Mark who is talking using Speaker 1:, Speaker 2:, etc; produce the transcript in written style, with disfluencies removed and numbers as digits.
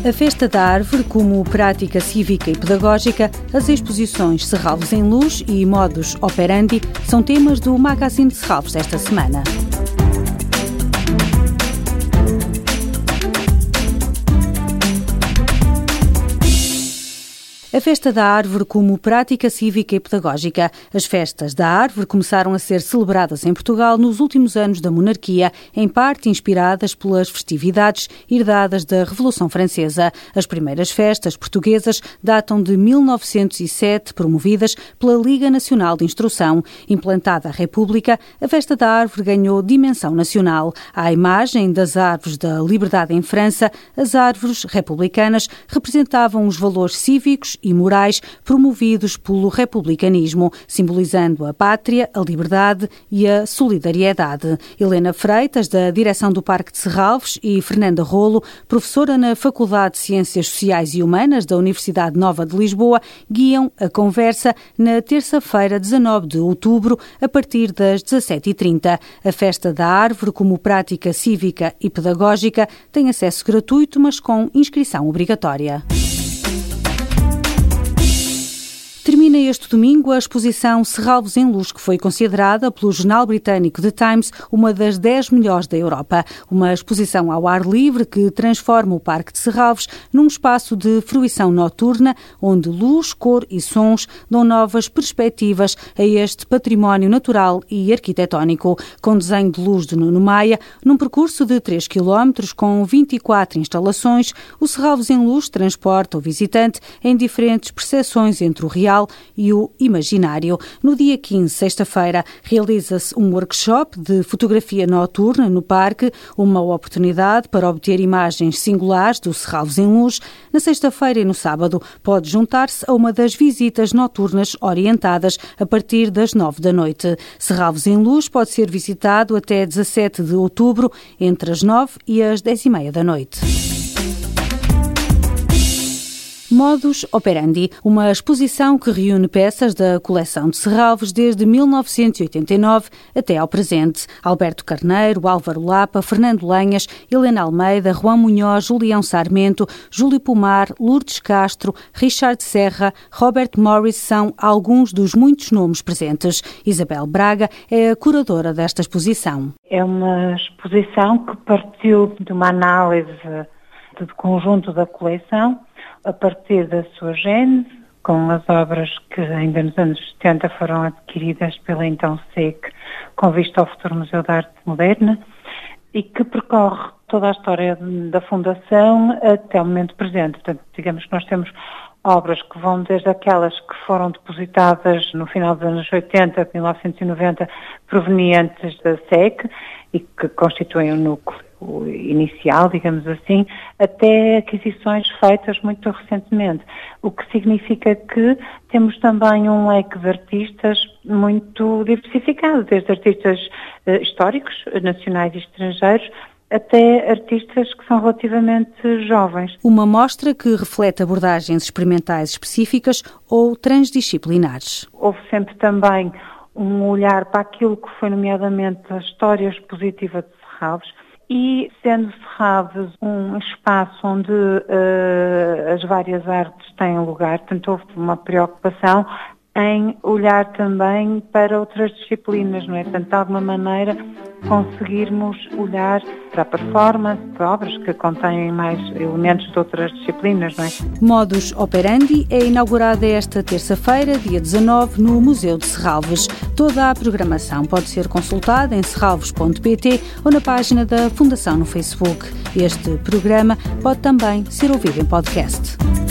Speaker 1: A Festa da Árvore como prática cívica e pedagógica, as exposições Serralves em Luz e Modus Operandi são temas do Magazine de Serralves desta semana. A Festa da Árvore como prática cívica e pedagógica. As festas da árvore começaram a ser celebradas em Portugal nos últimos anos da monarquia, em parte inspiradas pelas festividades herdadas da Revolução Francesa. As primeiras festas portuguesas datam de 1907, promovidas pela Liga Nacional de Instrução. Implantada a República, a Festa da Árvore ganhou dimensão nacional. À imagem das árvores da liberdade em França, as árvores republicanas representavam os valores cívicos e morais promovidos pelo republicanismo, simbolizando a pátria, a liberdade e a solidariedade. Helena Freitas, da direção do Parque de Serralves, e Fernanda Rolo, professora na Faculdade de Ciências Sociais e Humanas da Universidade Nova de Lisboa, guiam a conversa na terça-feira, 19 de outubro, a partir das 17h30. A Festa da Árvore, como prática cívica e pedagógica, tem acesso gratuito, mas com inscrição obrigatória. Termina este domingo a exposição Serralves em Luz, que foi considerada pelo jornal britânico The Times uma das 10 melhores da Europa. Uma exposição ao ar livre que transforma o Parque de Serralves num espaço de fruição noturna, onde luz, cor e sons dão novas perspectivas a este património natural e arquitetónico. Com desenho de luz de Nuno Maia, num percurso de 3 km com 24 instalações, o Serralves em Luz transporta o visitante em diferentes percepções entre o real e o imaginário. No dia 15, sexta-feira, realiza-se um workshop de fotografia noturna no parque, uma oportunidade para obter imagens singulares do Serralves em Luz. Na sexta-feira e no sábado, pode juntar-se a uma das visitas noturnas orientadas a partir das 9 da noite. Serralves em Luz pode ser visitado até 17 de outubro, entre as 9 e as 10h30 da noite. Modus Operandi, uma exposição que reúne peças da coleção de Serralves desde 1989 até ao presente. Alberto Carneiro, Álvaro Lapa, Fernando Lenhas, Helena Almeida, Juan Munhoz, Julião Sarmento, Júlio Pomar, Lourdes Castro, Richard Serra, Robert Morris são alguns dos muitos nomes presentes. Isabel Braga é a curadora desta exposição.
Speaker 2: É uma exposição que partiu de uma análise do conjunto da coleção, a partir da sua gênese, com as obras que ainda nos anos 70 foram adquiridas pela então SEC, com vista ao futuro Museu de Arte Moderna, e que percorre toda a história da Fundação até o momento presente. Portanto, digamos que nós temos obras que vão desde aquelas que foram depositadas no final dos anos 80, 1990, provenientes da SEC, e que constituem o núcleo inicial, digamos assim, até aquisições feitas muito recentemente, o que significa que temos também um leque de artistas muito diversificado, desde artistas históricos, nacionais e estrangeiros, até artistas que são relativamente jovens.
Speaker 1: Uma mostra que reflete abordagens experimentais específicas ou transdisciplinares.
Speaker 2: Houve sempre também um olhar para aquilo que foi nomeadamente a história expositiva de Serralves, e sendo Serralves um espaço onde as várias artes têm lugar, portanto houve uma preocupação em olhar também para outras disciplinas, não é? Portanto, de alguma maneira conseguirmos olhar para a performance, para obras que contêm mais elementos de outras disciplinas, não é?
Speaker 1: Modus Operandi é inaugurada esta terça-feira, dia 19, no Museu de Serralves. Toda a programação pode ser consultada em serralves.pt ou na página da Fundação no Facebook. Este programa pode também ser ouvido em podcast.